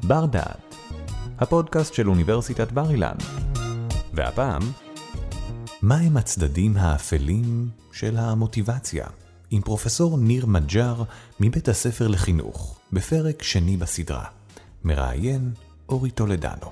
בר דעת, הפודקאסט של אוניברסיטת בר אילן. והפעם, מהם הצדדים האפלים של המוטיבציה? עם פרופסור ניר מג'אר מבית הספר לחינוך, בפרק שני בסדרה. מראיין אורי טולדנו.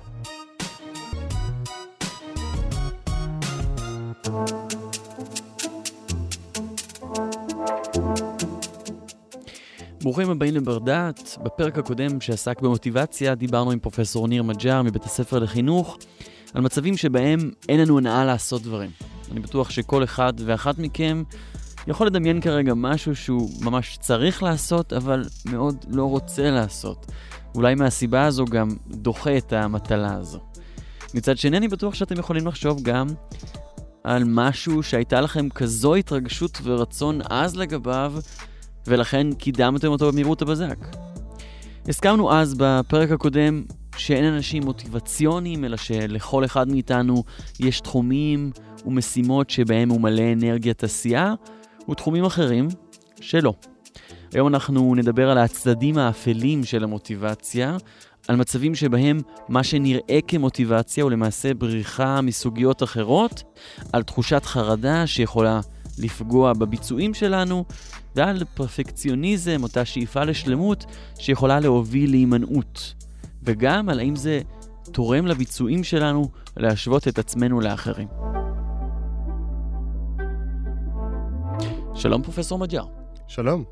ברוכים הבאים לבר דעת. בפרק הקודם שעסק במוטיבציה דיברנו עם פרופסור ניר מג'אר מבית הספר לחינוך על מצבים שבהם אין לנו הנאה לעשות דברים. אני בטוח שכל אחד ואחת מכם יכול לדמיין כרגע משהו שהוא ממש צריך לעשות אבל מאוד לא רוצה לעשות. אולי מהסיבה הזו גם דוחה את המטלה הזו. מצד שני אני בטוח שאתם יכולים לחשוב גם על משהו שהייתה לכם כזו התרגשות ורצון אז לגביו ולכן קידמתם אותו במהירות הבזק. הסכמנו אז בפרק הקודם שאין אנשים מוטיבציוניים, אלא שלכל אחד מאיתנו יש תחומים ומשימות שבהם הוא מלא אנרגיית עשייה, ותחומים אחרים שלא. היום אנחנו נדבר על הצדדים האפלים של המוטיבציה, על מצבים שבהם מה שנראה כמוטיבציה הוא למעשה בריחה מסוגיות אחרות, על תחושת חרדה שיכולה לפגוע בביצועים שלנו, ועל פרפקציוניזם, אותה שאיפה לשלמות שיכולה להוביל להימנעות. וגם על האם זה תורם לביצועים שלנו להשוות את עצמנו לאחרים. שלום פרופסור מג'אר. שלום.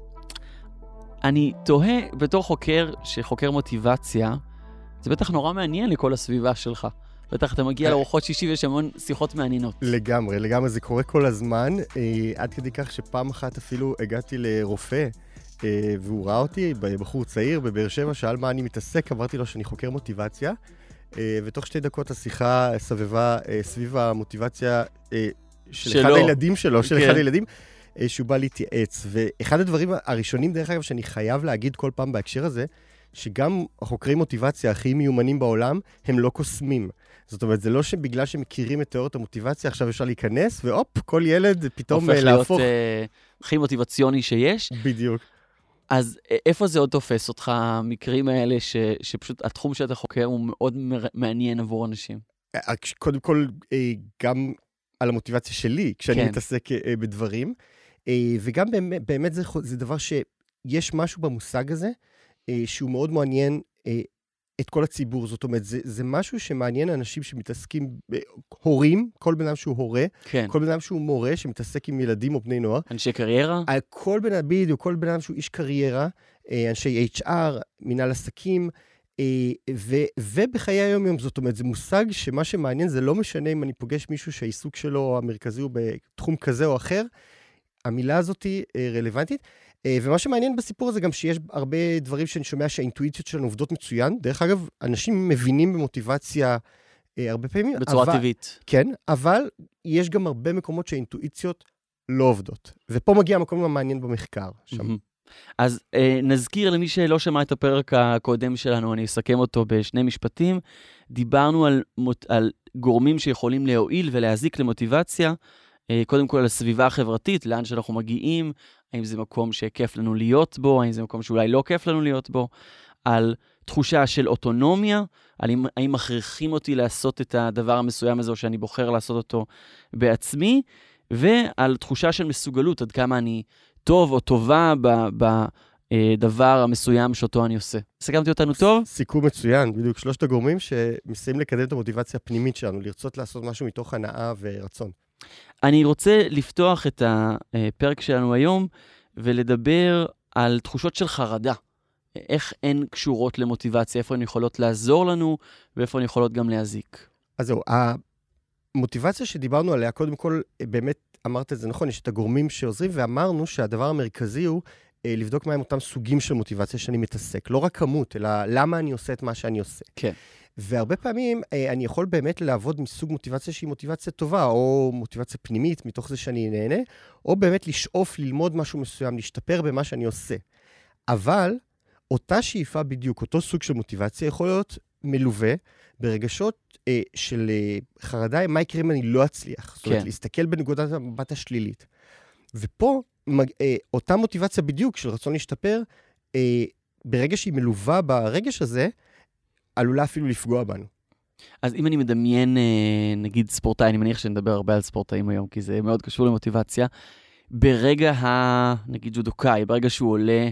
אני תוהה בתור חוקר שחוקר מוטיבציה, זה בטח נורא מעניין לכל הסביבה שלך. בטח אתה מגיע לארוחות שישי ויש המון שיחות מעניינות. לגמרי, זה קורה כל הזמן, עד כדי כך שפעם אחת אפילו הגעתי לרופא, והוא ראה אותי, בחור צעיר בבאר שבע, שאל מה אני מתעסק, אמרתי לו שאני חוקר מוטיבציה, ותוך 2 דקות השיחה סבבה סביב המוטיבציה של אחד הילדים שלו, של אחד הילדים, שהוא בא להתייעץ. ואחד הדברים הראשונים, דרך אגב, שאני חייב להגיד כל פעם בהקשר הזה, שגם החוקרי מוטיבציה הכי מיומנים בעולם, הם לא קוסמים. זאת אומרת, זה לא שבגלל שמכירים את תיאוריות המוטיבציה, עכשיו אפשר להיכנס, והופ, כל ילד פתאום להפוך. הופך להיות הכי מוטיבציוני שיש. בדיוק. אז איפה זה עוד תופס אותך, המקרים האלה שפשוט התחום שאתה חוקר הוא מאוד מעניין עבור אנשים? קודם כל, גם על המוטיבציה שלי, כשאני מתעסק בדברים, וגם באמת זה דבר שיש משהו במושג הזה, שהוא מאוד מעניין את כל הציבור. זאת אומרת, זה משהו שמעניין אנשים שמתעסקים בהורים, כל בן אדם שהוא הורה, כל בן אדם שהוא מורה, שמתעסק עם ילדים או בני נוער. אנשי קריירה? כל בן אדם שהוא איש קריירה, אנשי HR, מנהל עסקים, ובחיי היום-יום. זאת אומרת, זה מושג שמה שמעניין זה לא משנה אם אני פוגש מישהו שהעיסוק שלו המרכזי הוא בתחום כזה או אחר, המילה הזאת היא רלוונטית. ומה שמעניין בסיפור הזה גם שיש הרבה דברים שאני שומע שהאינטואיציות שלנו עובדות מצוין. דרך אגב, אנשים מבינים במוטיבציה הרבה פעמים. בצורה טבעית. כן, אבל יש גם הרבה מקומות שהאינטואיציות לא עובדות. ופה מגיע המקום המעניין במחקר. שם. אז נזכיר למי שלא שמע את הפרק הקודם שלנו, אני אסכם אותו ב2 משפטים. דיברנו על גורמים שיכולים להועיל ולהזיק למוטיבציה. קודם כל על הסביבה החברתית, לאן שאנחנו מגיעים, האם זה מקום שכיף לנו להיות בו, האם זה מקום שאולי לא כיף לנו להיות בו, על תחושה של אוטונומיה, האם מכריחים אותי לעשות את הדבר המסוים הזה, או שאני בוחר לעשות אותו בעצמי, ועל תחושה של מסוגלות, עד כמה אני טוב או טובה בדבר המסוים שאותו אני עושה. סגרתי אותנו טוב? סיכום מצוין, בדיוק 3 הגורמים שמסיימים לקדם את המוטיבציה הפנימית שלנו, לרצות לעשות משהו מתוך הנאה ורצון. אני רוצה לפתוח את הפרק שלנו היום ולדבר על תחושות של חרדה. איך הן קשורות למוטיבציה, איפה הן יכולות לעזור לנו ואיפה הן יכולות גם להזיק. אז זהו, המוטיבציה שדיברנו עליה, קודם כל, באמת אמרת את זה נכון, יש את הגורמים שעוזרים, ואמרנו שהדבר המרכזי הוא לבדוק מהם אותם סוגים של מוטיבציה שאני מתעסק. לא רק כמות, אלא למה אני עושה את מה שאני עושה. כן. והרבה פעמים אני יכול באמת לעבוד מסוג מוטיבציה שהיא מוטיבציה טובה, או מוטיבציה פנימית מתוך זה שאני נהנה, או באמת לשאוף ללמוד משהו מסוים, להשתפר במה שאני עושה. אבל אותה שאיפה בדיוק, אותו סוג של מוטיבציה יכול להיות מלווה ברגשות של חרדה, מה יקרה אם אני לא אצליח. זאת אומרת, להסתכל בנקודת המבט השלילית. ופה אותה מוטיבציה בדיוק של רצון להשתפר, ברגע שהיא מלווה ברגש הזה, עלולה אפילו לפגוע בנו. אז אם אני מדמיין, נגיד ספורטאי, אני מניח שנדבר הרבה על ספורטאים היום, כי זה מאוד קשור למוטיבציה, ברגע נגיד ג'ודוקאי, ברגע שהוא עולה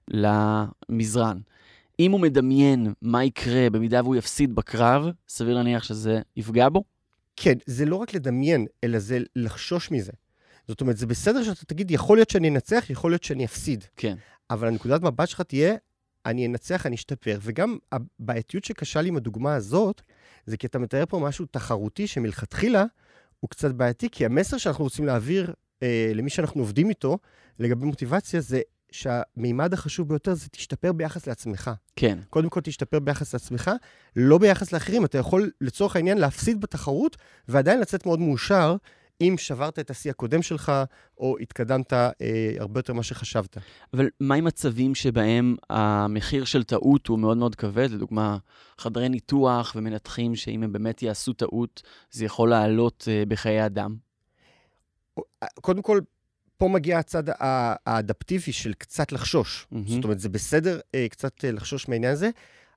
למזרן, אם הוא מדמיין מה יקרה במידה והוא יפסיד בקרב, סביר להניח שזה יפגע בו? כן, זה לא רק לדמיין, אלא זה לחשוש מזה. זאת אומרת, זה בסדר שאתה תגיד, יכול להיות שאני אנצח, יכול להיות שאני אפסיד. כן. אבל הנקודת מבט שלך תהיה, אני אנצח, אני אשתפר. וגם הבעייתיות שקשה לי עם הדוגמה הזאת, זה כי אתה מתאר פה משהו תחרותי שמלכתחילה הוא קצת בעייתי, כי המסר שאנחנו רוצים להעביר למי שאנחנו עובדים איתו, לגבי מוטיבציה, זה שהמימד החשוב ביותר זה תשתפר ביחס לעצמך. כן. קודם כל תשתפר ביחס לעצמך, לא ביחס לאחרים. אתה יכול לצורך העניין להפסיד בתחרות, ועדיין לצאת מאוד מאושר, אם שברת את השיא הקודם שלך, או התקדמת הרבה יותר מה שחשבת. אבל מה עם מצבים שבהם המחיר של טעות הוא מאוד מאוד כבד? לדוגמה, חדרי ניתוח ומנתחים שאם הם באמת יעשו טעות, זה יכול לעלות בחיי אדם. קודם כל, פה מגיע הצד האדפטיבי של קצת לחשוש. זאת אומרת, זה בסדר קצת לחשוש מהעניין הזה.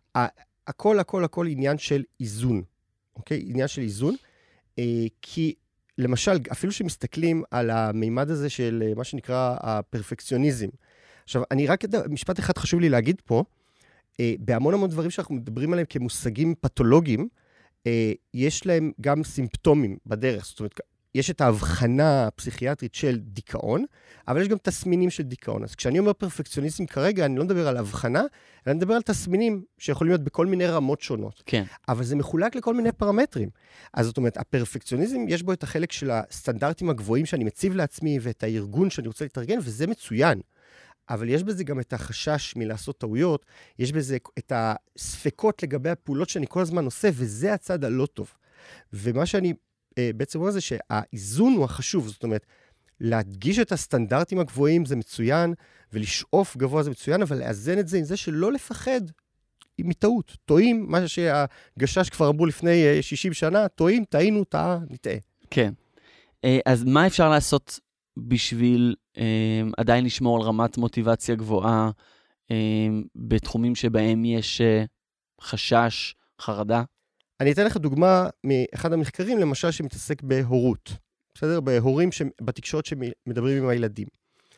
הכל עניין של איזון. אוקיי? עניין של איזון. כי למשל, אפילו שמסתכלים על המימד הזה של מה שנקרא הפרפקציוניזם. עכשיו, אני רק, משפט אחד חשוב לי להגיד פה, בהמון דברים שאנחנו מדברים עליהם כמושגים פתולוגיים, יש להם גם סימפטומים בדרך. זאת אומרת, יש את ההבחנה הפסיכיאטרית של דיכאון, אבל יש גם תסמינים של דיכאון. אז כשאני אומר פרפקציוניזם כרגע, אני לא מדבר על הבחנה, אלא אני מדבר על תסמינים שיכולים להיות בכל מיני רמות שונות. כן. אבל זה מחולק לכל מיני פרמטרים. אז זאת אומרת, הפרפקציוניזם, יש בו את החלק של הסטנדרטים הגבוהים שאני מציב לעצמי, ואת הארגון שאני רוצה להתארגן, וזה מצוין. אבל יש בזה גם את החשש מלעשות טעויות, יש בזה את הספקות לגבי הפעולות שאני כל הזמן עושה, וזה הצד הלא טוב. ומה שאני בעצם אומר זה שהאיזון הוא החשוב, זאת אומרת, להדגיש את הסטנדרטים הגבוהים זה מצוין, ולשאוף גבוה זה מצוין, אבל לאזן את זה עם זה שלא לפחד מטעות. טועים, מה שהגשש כבר אמרו לפני 60 שנה, טועים, טעינו, נטעה. כן. אז מה אפשר לעשות בשביל עדיין לשמור על רמת מוטיבציה גבוהה, בתחומים שבהם יש חשש, חרדה? אני אתן לך דוגמה מאחד המחקרים, למשל שמתעסק בהורות. בסדר? בהורים בתקשורת שמדברים עם הילדים.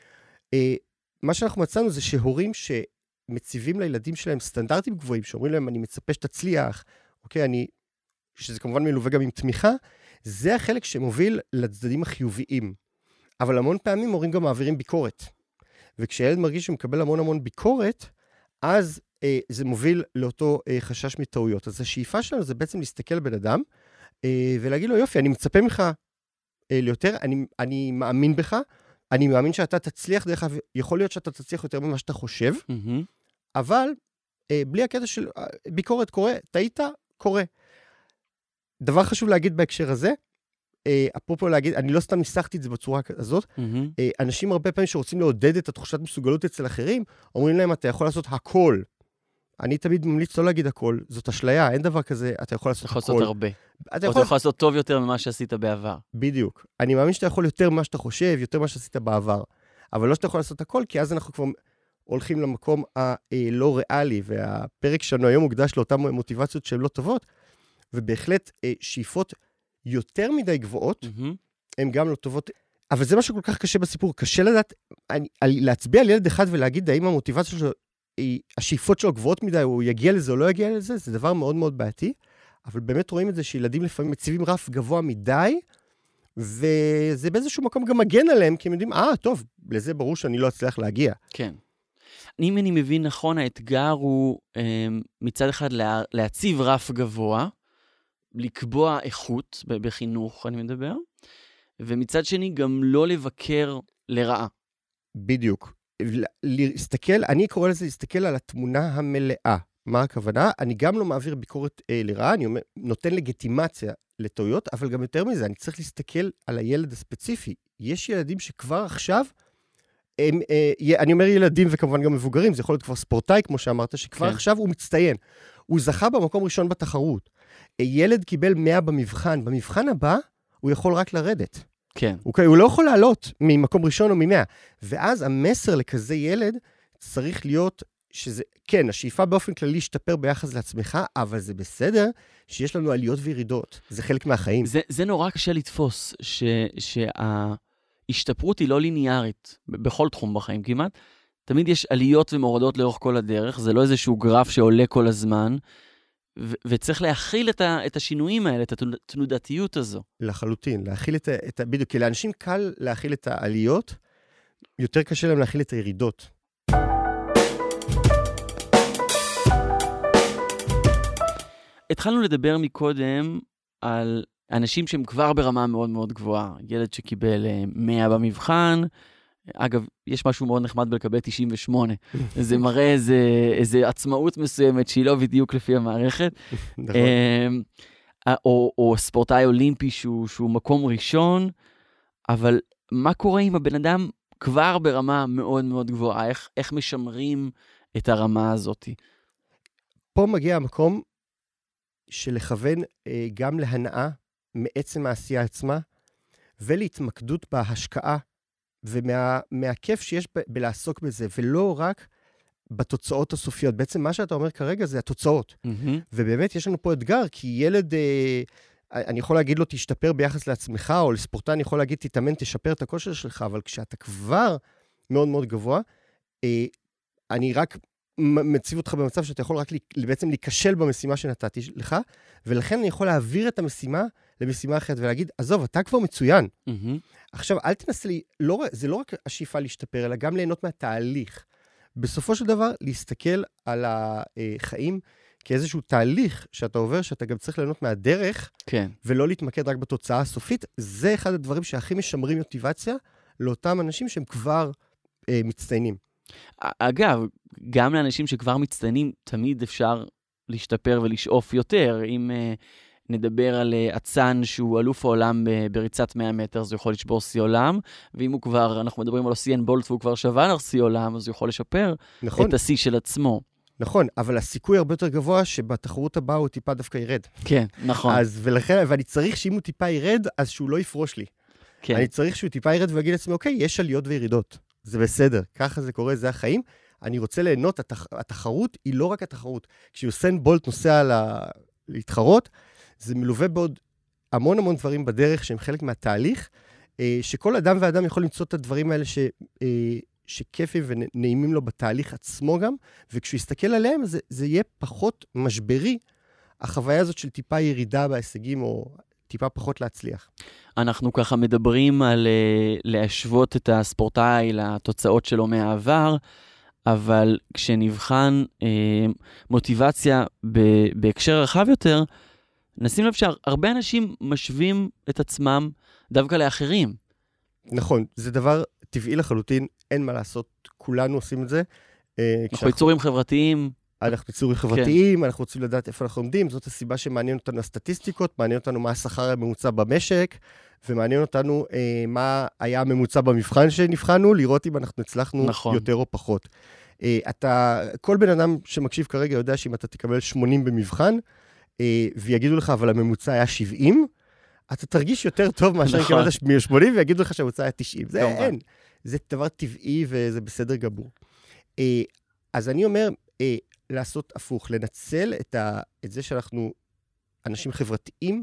מה שאנחנו מצאנו זה שהורים שמציבים לילדים שלהם סטנדרטים גבוהים, שאומרים להם, אני מצפה שתצליח, אוקיי, שזה כמובן מלווה גם עם תמיכה, זה החלק שמוביל לצדדים החיוביים. אבל המון פעמים הורים גם מעבירים ביקורת. וכשילד מרגיש שהוא מקבל המון ביקורת, אז זה מוביל לאותו חשש מטעויות. אז השאיפה שלנו זה בעצם להסתכל על בן אדם, ולהגיד לו, יופי, אני מצפה ממך ליותר, אני מאמין בך, אני מאמין שאתה תצליח, דרך אגב, יכול להיות שאתה תצליח יותר ממה שאתה חושב, אבל בלי הקטע של ביקורת קורה, טעית, קורה. דבר חשוב להגיד בהקשר הזה, אפרופו להגיד, אני לא סתם ניסחתי את זה בצורה הזאת, אנשים הרבה פעמים שרוצים לעודד את התחושת מסוגלות אצל אחרים, אומרים להם, אתה יכול לעשות הכל. אני תמיד ממליץ לא להגיד הכל, זאת אשליה, אין דבר כזה, אתה יכול לעשות הכל. אתה יכול לעשות הרבה. אתה יכול לעשות טוב יותר ממה שעשית בעבר. בדיוק. אני מאמין שאתה יכול יותר ממה שאתה חושב, יותר ממה שעשית בעבר. אבל לא שאתה יכול לעשות הכל, כי אז אנחנו כבר הולכים למקום הלא ריאלי, והפרק שלנו היום מוקדש לאותן מוטיבציות שהן לא טובות, ובהחלט שאיפות יותר מדי גבוהות, הן גם לא טובות. אבל זה מה שכל כך קשה בסיפור. קשה לדעת, להצביע על ילד אחד ולהגיד, האם המוטיבציה שלו, השאיפות שלו גבוהות מדי, הוא יגיע לזה או לא יגיע לזה, זה דבר מאוד מאוד בעייתי. אבל באמת רואים את זה שילדים לפעמים מציבים רף גבוה מדי, וזה באיזשהו מקום גם מגן עליהם, כי הם יודעים, טוב, לזה ברור שאני לא אצליח להגיע. כן. אם אני מבין נכון, האתגר הוא מצד אחד להציב רף גבוה, לקבוע איכות בחינוך, אני מדבר, ומצד שני גם לא לבקר לרעה. בדיוק. להסתכל, אני קורא לזה להסתכל על התמונה המלאה. מה הכוונה? אני גם לא מעביר ביקורת לרעה, אני נותן לגיטימציה לטעויות, אבל גם יותר מזה, אני צריך להסתכל על הילד הספציפי. יש ילדים שכבר עכשיו, אני אומר ילדים וכמובן גם מבוגרים, זה יכול להיות כבר ספורטאי, כמו שאמרת, שכבר עכשיו הוא מצטיין. הוא זכה במקום ראשון בתחרות. ילד קיבל 100 במבחן, במבחן הבא הוא יכול רק לרדת. כן. הוא לא יכול לעלות ממקום ראשון או מ100. ואז המסר לכזה ילד צריך להיות, שזה, כן, השאיפה באופן כללי להשתפר ביחס לעצמך, אבל זה בסדר שיש לנו עליות וירידות. זה חלק מהחיים. זה נורא קשה לתפוס, שההשתפרות היא לא ליניארית, בכל תחום בחיים כמעט. תמיד יש עליות ומורדות לאורך כל הדרך, זה לא איזשהו גרף שעולה כל הזמן, וצריך להכיל את השינויים האלה, את התנודתיות הזו. לחלוטין, להכיל בדיוק, כי לאנשים קל להכיל את העליות, יותר קשה להם להכיל את הירידות. התחלנו לדבר מקודם על אנשים שהם כבר ברמה מאוד מאוד גבוהה. ילד שקיבל 100 במבחן, אגב, יש משהו מאוד נחמד בלקבל 98. זה מראה איזה עצמאות מסוימת שהיא לא בדיוק לפי המערכת. נכון. או ספורטאי אולימפי שהוא מקום ראשון, אבל מה קורה אם הבן אדם כבר ברמה מאוד מאוד גבוהה? איך משמרים את הרמה הזאת? פה מגיע המקום של לכוון גם להנאה מעצם העשייה עצמה, ולהתמקדות בהשקעה, ומהכיף שיש בלעסוק בזה, ולא רק בתוצאות הסופיות. בעצם מה שאתה אומר כרגע זה התוצאות. ובאמת יש לנו פה אתגר, כי ילד, אני יכול להגיד לו, תשתפר ביחס לעצמך, או לספורטאי אני יכול להגיד, תתאמן, תשפר את הכושר שלך, אבל כשאתה כבר מאוד מאוד גבוה, אני רק מציב אותך במצב שאתה יכול רק בעצם להיכשל במשימה שנתתי לך, ולכן אני יכול להעביר את המשימה למשימה אחרת ולהגיד, עזוב, אתה כבר מצוין. עכשיו, אל תנסה לי, זה לא רק השאיפה להשתפר, אלא גם ליהנות מהתהליך. בסופו של דבר, להסתכל על החיים כאיזשהו תהליך שאתה עובר, שאתה גם צריך ליהנות מהדרך, כן. ולא להתמקד רק בתוצאה הסופית. זה אחד הדברים שהכי משמרים מוטיבציה לאותם אנשים שהם כבר מצטיינים. אגב, גם לאנשים שכבר מצטיינים, תמיד אפשר להשתפר ולשאוף יותר. אם נדבר על אצן שהוא אלוף העולם בריצת 100 מטר, אז הוא יכול לשבור שיא עולם, ואם הוא כבר, אנחנו מדברים על אוסיין בולט, והוא כבר שבר שיא עולם, אז הוא יכול לשפר את השיא של עצמו. נכון, אבל הסיכוי הרבה יותר גבוה שבתחרות הבאה הוא טיפה דווקא ירד. כן, נכון. ואני צריך שאם הוא טיפה ירד, אז שהוא לא יפרוש לי. כן. אני צריך שהוא טיפה ירד ויגיד לעצמי, אוקיי, יש עליות וירידות. זה בסדר, ככה זה קורה, זה החיים. אני רוצה ליהנות, התחרות היא לא רק התחרות. כשיוסיין בולט נוסע להתחרות, זה מלווה בעוד המון המון דברים בדרך שהם חלק מהתהליך, שכל אדם ואדם יכול למצוא את הדברים האלה שכיפים ונעימים לו בתהליך עצמו גם, וכשהוא יסתכל עליהם, זה יהיה פחות משברי, החוויה הזאת של טיפה ירידה בהישגים, או טיפה פחות להצליח. אנחנו ככה מדברים על להשוות את הספורטאי לתוצאות שלו מהעבר, אבל כשנבחן מוטיבציה בהקשר רחב יותר, נשים לב שהרבה אנשים משווים את עצמם דווקא לאחרים. נכון, זה דבר טבעי לחלוטין, אין מה לעשות, כולנו עושים את זה. אנחנו יצורים חברתיים. אנחנו יצורים חברתיים, אנחנו רוצים לדעת איפה אנחנו עומדים, זאת הסיבה שמעניין אותנו הסטטיסטיקות, מעניין אותנו מה השכר הממוצע במשק, ומעניין אותנו מה היה הממוצע במבחן שנבחנו, לראות אם אנחנו הצלחנו יותר או פחות. כל בן אדם שמקשיב כרגע יודע שאם אתה תקבל 80 במבחן, ויגידו לך, אבל הממוצע היה 70, אתה תרגיש יותר טוב מאשר קיבלת 80, ויגידו לך שהממוצע היה 90. זה אין. זה דבר טבעי וזה בסדר גמור. אז אני אומר, לעשות הפוך, לנצל את זה שאנחנו אנשים חברתיים,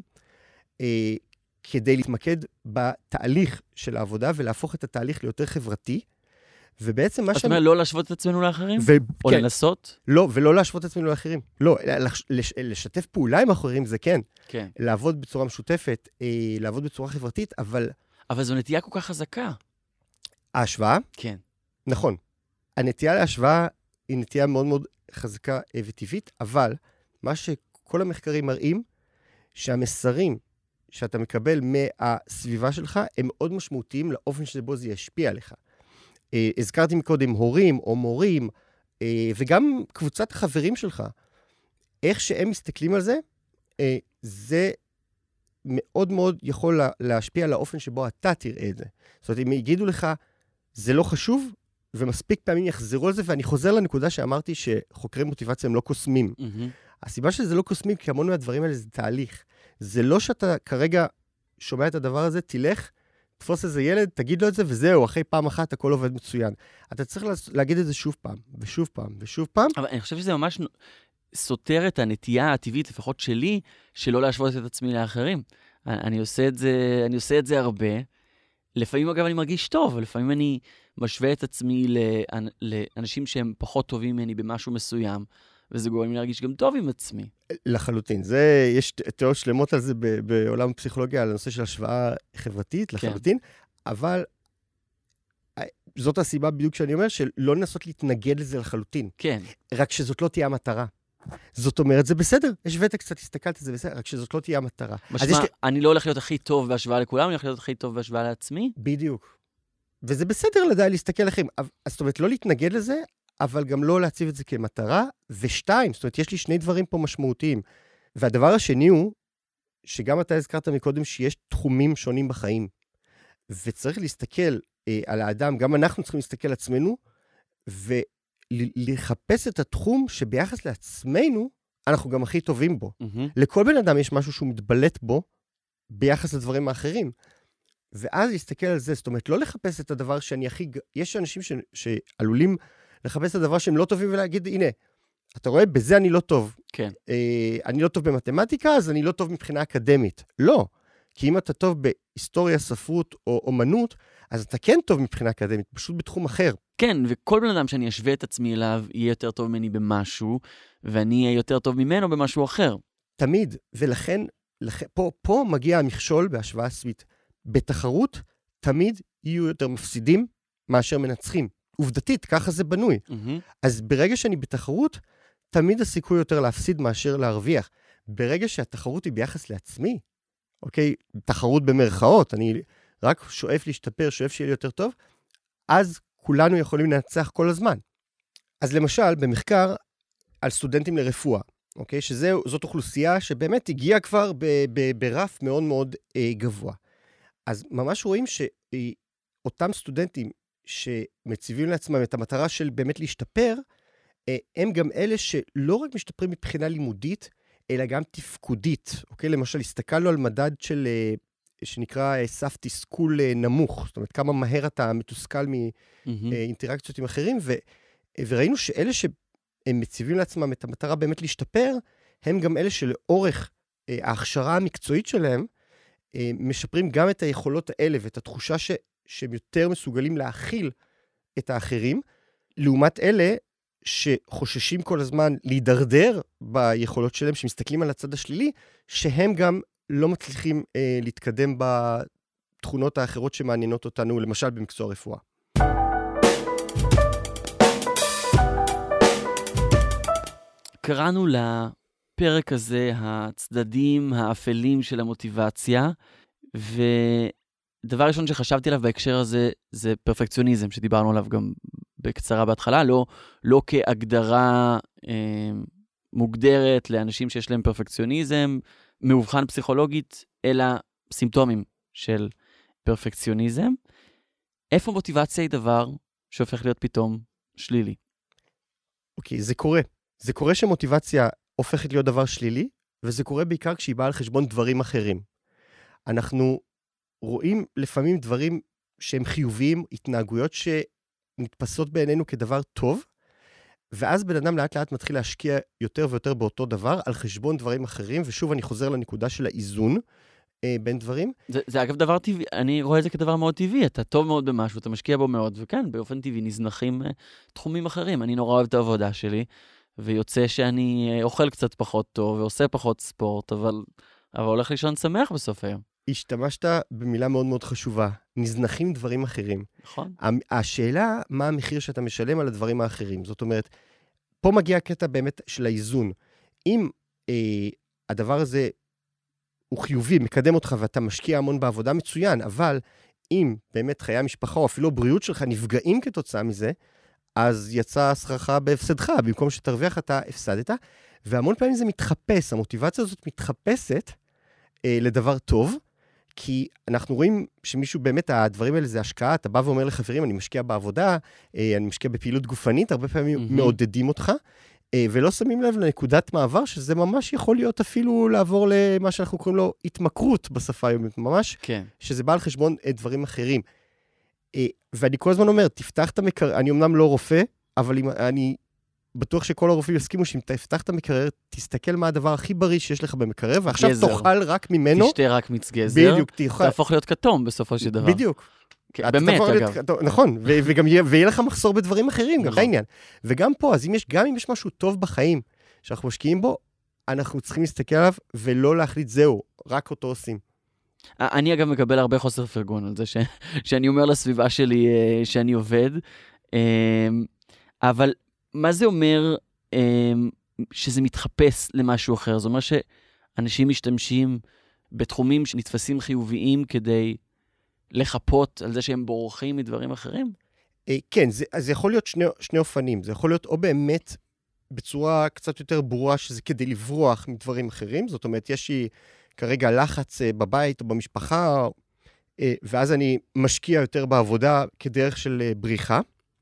כדי להתמקד בתהליך של העבודה, ולהפוך את התהליך ליותר חברתי, ובעצם מה זאת אומרת, לא להשוות את עצמנו לאחרים? או לנסות? לא, ולא להשוות את עצמנו לאחרים. לא, לשתף פעולה עם אחרים זה כן. כן. לעבוד בצורה משותפת, לעבוד בצורה חברתית, אבל... אבל זו נטייה כל כך חזקה. ההשוואה? כן. נכון. הנטייה להשוואה היא נטייה מאוד מאוד חזקה וטבעית, אבל מה שכל המחקרים מראים, שהמסרים שאתה מקבל מהסביבה שלך, הם מאוד משמעותיים לאופן שבו זה ישפיע עליך. הזכרתי מקודם הורים או מורים, וגם קבוצת החברים שלך. איך שהם מסתכלים על זה, זה מאוד מאוד יכול להשפיע על האופן שבו אתה תראה את זה. זאת אומרת, אם יגידו לך, זה לא חשוב, ומספיק פעמים יחזרו על זה, ואני חוזר לנקודה שאמרתי שחוקרי מוטיבציה הם לא קוסמים. הסיבה שזה לא קוסמים, כי המון מהדברים האלה זה תהליך. זה לא שאתה כרגע שומע את הדבר הזה, תלך, תפוס איזה ילד, תגיד לו את זה, וזהו, אחרי פעם אחת הכל עובד מצוין. אתה צריך להגיד את זה שוב פעם, ושוב פעם, ושוב פעם. אבל אני חושב שזה ממש סותר את הנטייה הטבעית, לפחות שלי, שלא להשוות את עצמי לאחרים. אני עושה את זה הרבה. לפעמים, אגב, אני מרגיש טוב, לפעמים אני משווה את עצמי לאנשים שהם פחות טובים ממני במשהו מסוים, וזה גורם לי להרגיש גם טוב עם עצמי. לחלוטין. יש תיאוריות שלמות על זה בעולם הפסיכולוגיה, על הנושא של השוואה חברתית, לחלוטין, אבל זאת הסיבה בדיוק שאני אומר, שלא לנסות להתנגד לזה לחלוטין. כן. רק שזאת לא תהיה המטרה. זאת אומרת, זה בסדר, השווית קצת, הסתכלת, זה בסדר, רק שזאת לא תהיה המטרה. משמע, אני לא הולך להיות הכי טוב בהשוואה לכולם, אני הולך להיות הכי טוב בהשוואה לעצמי? בדיוק. וזה בסדר לדעת להסתכל לכם. אז זאת אומרת, לא להתנגד לזה, אבל גם לא להציב את זה כמטרה. ושתיים, זאת אומרת, יש לי שני דברים פה משמעותיים. והדבר השני הוא, שגם אתה הזכרת מקודם, שיש תחומים שונים בחיים. וצריך להסתכל על האדם, גם אנחנו צריכים להסתכל על עצמנו, לחפש את התחום שביחס לעצמנו, אנחנו גם הכי טובים בו. לכל בן אדם יש משהו שהוא מתבלט בו, ביחס לדברים האחרים. ואז להסתכל על זה, זאת אומרת, לא לחפש את הדבר שאני הכי... יש אנשים שעלולים לחפש את הדבר שהם לא טובים ולהגיד, הנה, אתה רואה, בזה אני לא טוב. כן. אני לא טוב במתמטיקה, אז אני לא טוב מבחינה אקדמית. לא. כי אם אתה טוב בהיסטוריה, ספרות או אומנות, אז אתה כן טוב מבחינה אקדמית, פשוט בתחום אחר. כן, וכל בן אדם שאני אשווה את עצמי אליו, יהיה יותר טוב ממני במשהו, ואני אהיה יותר טוב ממנו במשהו אחר. תמיד, ולכן, פה מגיע המכשול בהשוואה עצמית. בתחרות, תמיד יהיו יותר מפסידים מאשר מנצחים. עובדתית, ככה זה בנוי. אז ברגע שאני בתחרות, תמיד הסיכוי יותר להפסיד מאשר להרוויח. ברגע שהתחרות היא ביחס לעצמי, אוקיי, תחרות במרכאות, אני רק שואף להשתפר, שואף שיהיה לי יותר טוב, אז כולנו יכולים לנצח כל הזמן. אז למשל, במחקר על סטודנטים לרפואה, אוקיי, שזאת אוכלוסייה שבאמת הגיעה כבר ברף מאוד מאוד גבוה. אז ממש רואים שאותם סטודנטים שמציבים לעצמם את המטרה של באמת להשתפר, הם גם אלה שלא רק משתפרים מבחינה לימודית, אלא גם תפקודית. אוקיי? למשל, הסתכלנו על מדד שנקרא סף תסכול נמוך. זאת אומרת, כמה מהר אתה מתוסכל מאינטראקציות עם אחרים, וראינו שאלה שהם מציבים לעצמם את המטרה באמת להשתפר, הם גם אלה שלאורך ההכשרה המקצועית שלהם, משפרים גם את היכולות האלה, ואת התחושה שהם יותר מסוגלים להכיל את האחרים, לעומת אלה שחוששים כל הזמן להידרדר ביכולות שלהם, שמסתכלים על הצד השלילי, שהם גם לא מצליחים להתקדם בתכונות האחרות שמעניינות אותנו, למשל במקצוע רפואה. קראנו לפרק הזה הצדדים האפלים של המוטיבציה, ודבר ראשון שחשבתי עליו בהקשר הזה, זה פרפקציוניזם, שדיברנו עליו גם בקצרה בהתחלה, לא כהגדרה מוגדרת לאנשים שיש להם פרפקציוניזם, מאובחן פסיכולוגית, אלא סימפטומים של פרפקציוניזם. איפה מוטיבציה היא דבר שהופך להיות פתאום שלילי? אוקיי, זה קורה. זה קורה שמוטיבציה הופכת להיות דבר שלילי, וזה קורה בעיקר כשהיא באה על חשבון דברים אחרים. אנחנו רואים לפעמים דברים שהם חיוביים, התנהגויות שנתפסות בעינינו כדבר טוב, ואז בן אדם לאט לאט מתחיל להשקיע יותר ויותר באותו דבר, על חשבון דברים אחרים, ושוב אני חוזר לנקודה של האיזון בין דברים. זה אגב דבר טבעי, אני רואה את זה כדבר מאוד טבעי, אתה טוב מאוד במשהו, אתה משקיע בו מאוד, וכן, באופן טבעי נזנחים תחומים אחרים. אני נורא אוהב את העבודה שלי, ויוצא שאני אוכל קצת פחות טוב, ועושה פחות ספורט, אבל הולך לישון שמח בסוף היום. השתמשת במילה מאוד מאוד חשובה, נזנחים דברים אחרים. נכון. השאלה, מה המחיר שאתה משלם על הדברים האחרים? זאת אומרת, פה מגיע הקטע באמת של האיזון. אם הדבר הזה הוא חיובי, מקדם אותך ואתה משקיע המון בעבודה, מצוין, אבל אם באמת חיי המשפחה או אפילו הבריאות שלך נפגעים כתוצאה מזה, אז יצא שכרך בהפסדך, במקום שתרוויח אתה הפסדת, והמון פעמים זה מתחפש, המוטיבציה הזאת מתחפשת לדבר טוב, כי אנחנו רואים שמישהו באמת, הדברים האלה זה השקעה, אתה בא ואומר לחברים, אני משקיע בעבודה, אני משקיע בפעילות גופנית, הרבה פעמים מעודדים אותך, ולא שמים לב לנקודת מעבר, שזה ממש יכול להיות אפילו לעבור למה שאנחנו קוראים לו התמכרות בשפה היומית, ממש, כן. שזה בא על חשבון דברים אחרים. ואני כל הזמן אומר, תפתח את המקרר, אני אמנם לא רופא, אבל אני בטוח שכל הרופאים יסכימו שאם תפתח את המקרר, תסתכל מה הדבר הכי בריא שיש לך במקרר, ועכשיו תאכל רק ממנו. תשתה רק מיץ גזר. בדיוק, תאכל. תהפוך להיות כתום בסופו של דבר. בדיוק. באמת, אגב. נכון, וגם יהיה לך מחסור בדברים אחרים, גם העניין. וגם פה, אז גם אם יש משהו טוב בחיים, שאנחנו משקיעים בו, אנחנו צריכים להסתכל עליו, ולא להחליט זהו, רק אותו עושים. אני אגב מקבל הרבה חוסר פרגון על זה, שאני אומר לסביבה שלי שאני עובד, אבל מה זה אומר שזה מתחפש למשהו אחר? זאת אומרת שאנשים משתמשים בתחומים שנתפסים חיוביים כדי לחפות על זה שהם בורחים מדברים אחרים? כן, זה יכול להיות שני אופנים. זה יכול להיות או באמת בצורה קצת יותר ברורה שזה כדי לברוח מדברים אחרים. זאת אומרת, יש לי כרגע לחץ בבית או במשפחה, ואז אני משקיע יותר בעבודה כדרך של בריחה.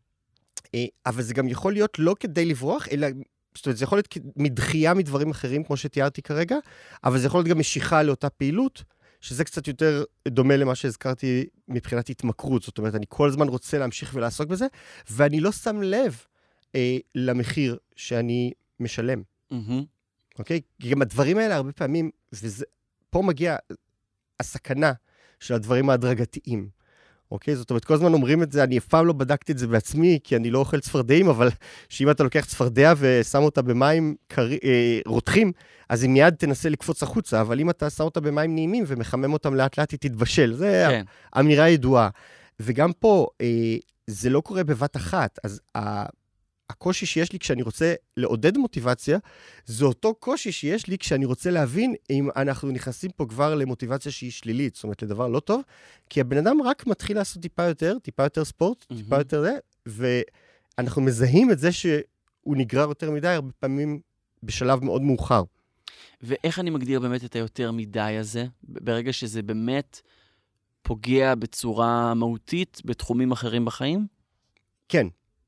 אבל זה גם יכול להיות לא כדי לברוח, אלא, זאת אומרת, זה יכול להיות מדחייה מדברים אחרים, כמו שתיארתי כרגע, אבל זה יכול להיות גם משיכה לאותה פעילות, שזה קצת יותר דומה למה שהזכרתי מבחינת התמכרות. זאת אומרת, אני כל הזמן רוצה להמשיך ולעסוק בזה, ואני לא שם לב למחיר שאני משלם. אוקיי? כי גם הדברים האלה הרבה פעמים, פה מגיע הסכנה של הדברים ההדרגתיים. אוקיי? זאת אומרת, כל הזמן אומרים את זה, אני אף פעם לא בדקתי את זה בעצמי, כי אני לא אוכל צפרדעים, אבל שאם אתה לוקח צפרדע ושם אותה במים רותחים, אז היא מיד תנסה לקפוץ החוצה, אבל אם אתה שם אותה במים נעימים ומחמם אותם לאט לאט, היא תתבשל. זה כן. אמירה ידועה. וגם פה, זה לא קורה בבת אחת, אז הקושי שיש לי כשאני רוצה לעודד מוטיבציה, זה אותו קושי שיש לי כשאני רוצה להבין אם אנחנו נכנסים פה כבר למוטיבציה שהיא שלילית, זאת אומרת, לדבר לא טוב, כי הבן אדם רק מתחיל לעשות טיפה יותר ספורט, טיפה יותר זה, ואנחנו מזהים את זה שהוא נגרר יותר מדי, הרבה פעמים בשלב מאוד מאוחר. ואיך אני מגדיר באמת את היותר מדי הזה, ברגע שזה באמת פוגע בצורה מהותית בתחומים אחרים בחיים? כן.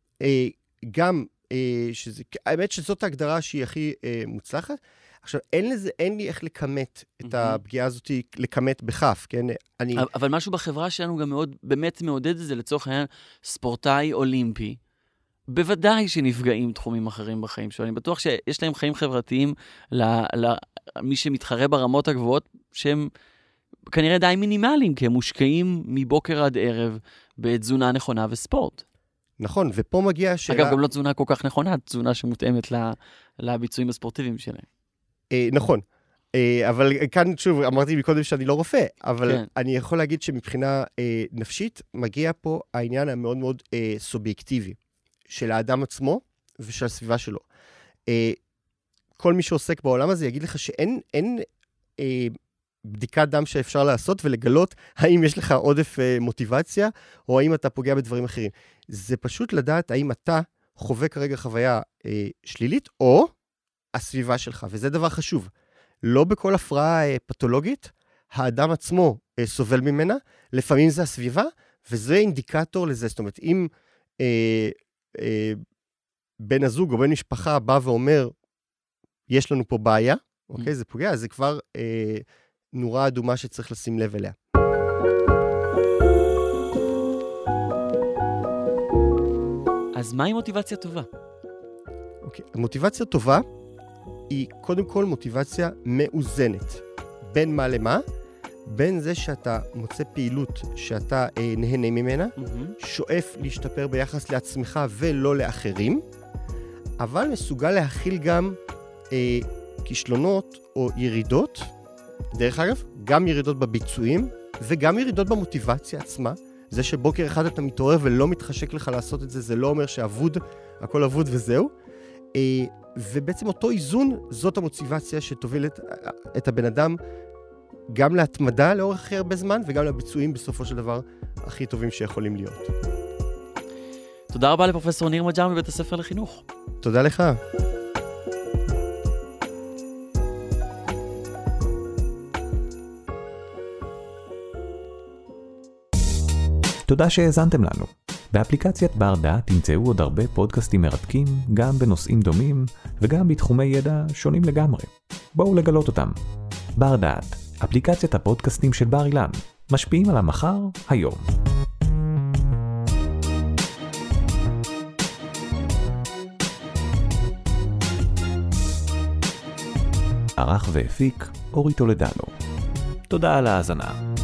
גם, האמת שזאת ההגדרה שהיא הכי מוצלחת. עכשיו, אין לי איך לקמת את הפגיעה הזאת, לקמת בכף, כן? אבל משהו בחברה שלנו גם מאוד, באמת מעודד את זה, לצורך העניין, ספורטאי אולימפי, בוודאי שנפגעים תחומים אחרים בחיים שלו. אני בטוח שיש להם חיים חברתיים למי שמתחרה ברמות הגבוהות, שהם כנראה די מינימליים, כי הם מושקעים מבוקר עד ערב בתזונה נכונה וספורט. נכון, ופה מגיעה השאלה... אגב, גם לא תזונה כל כך נכונה, תזונה שמותאמת לביצועים הספורטיביים שלהם. נכון, אבל כאן, שוב, אמרתי מקודם שאני לא רופא, אבל אני יכול להגיד שמבחינה נפשית, מגיע פה העניין המאוד מאוד סובייקטיבי, של האדם עצמו ושל הסביבה שלו. כל מי שעוסק בעולם הזה יגיד לך שאין בדיקת דם שאפשר לעשות ולגלות האם יש לך עודף מוטיבציה, או האם אתה פוגע בדברים אחרים. זה פשוט לדעת האם אתה חווה כרגע חוויה שלילית, או הסביבה שלך, וזה דבר חשוב. לא בכל הפרעה פתולוגית, האדם עצמו סובל ממנה, לפעמים זה הסביבה, וזה אינדיקטור לזה. זאת אומרת, אם בן הזוג או בן משפחה בא ואומר, יש לנו פה בעיה, אוקיי, זה פוגע, אז זה כבר נורה אדומה שצריך לשים לב אליה. אז מהי מוטיבציה טובה? אוקיי, מוטיבציה טובה היא קודם כל מוטיבציה מאוזנת. בין מה למה? בין זה שאתה מוצא פעילות שאתה נהנה ממנה, שואף להשתפר ביחס לעצמך ולא לאחרים, אבל מסוגל להכיל גם כישלונות או ירידות. דרך אגב, גם ירידות בביצועים וגם ירידות במוטיבציה עצמה. זה שבוקר אחד אתה מתעורר ולא מתחשק לך לעשות את זה, זה לא אומר שאבוד, הכל אבוד וזהו. ובעצם אותו איזון, זאת המוטיבציה שתוביל את הבן אדם גם להתמדה לאורך הכי הרבה זמן, וגם לביצועים בסופו של דבר הכי טובים שיכולים להיות. תודה רבה לפרופסור ניר מג'אר מבית הספר לחינוך. תודה לך. תודה שהאזנתם לנו. באפליקציית בר דעת תמצאו עוד הרבה פודקאסטים מרתקים, גם בנושאים דומים וגם בתחומי ידע שונים לגמרי. בואו לגלות אותם. בר דעת, אפליקציית הפודקאסטים של בר אילן, משפיעים על המחר היום. ערך והפיק אורי טולדנו. תודה על ההאזנה.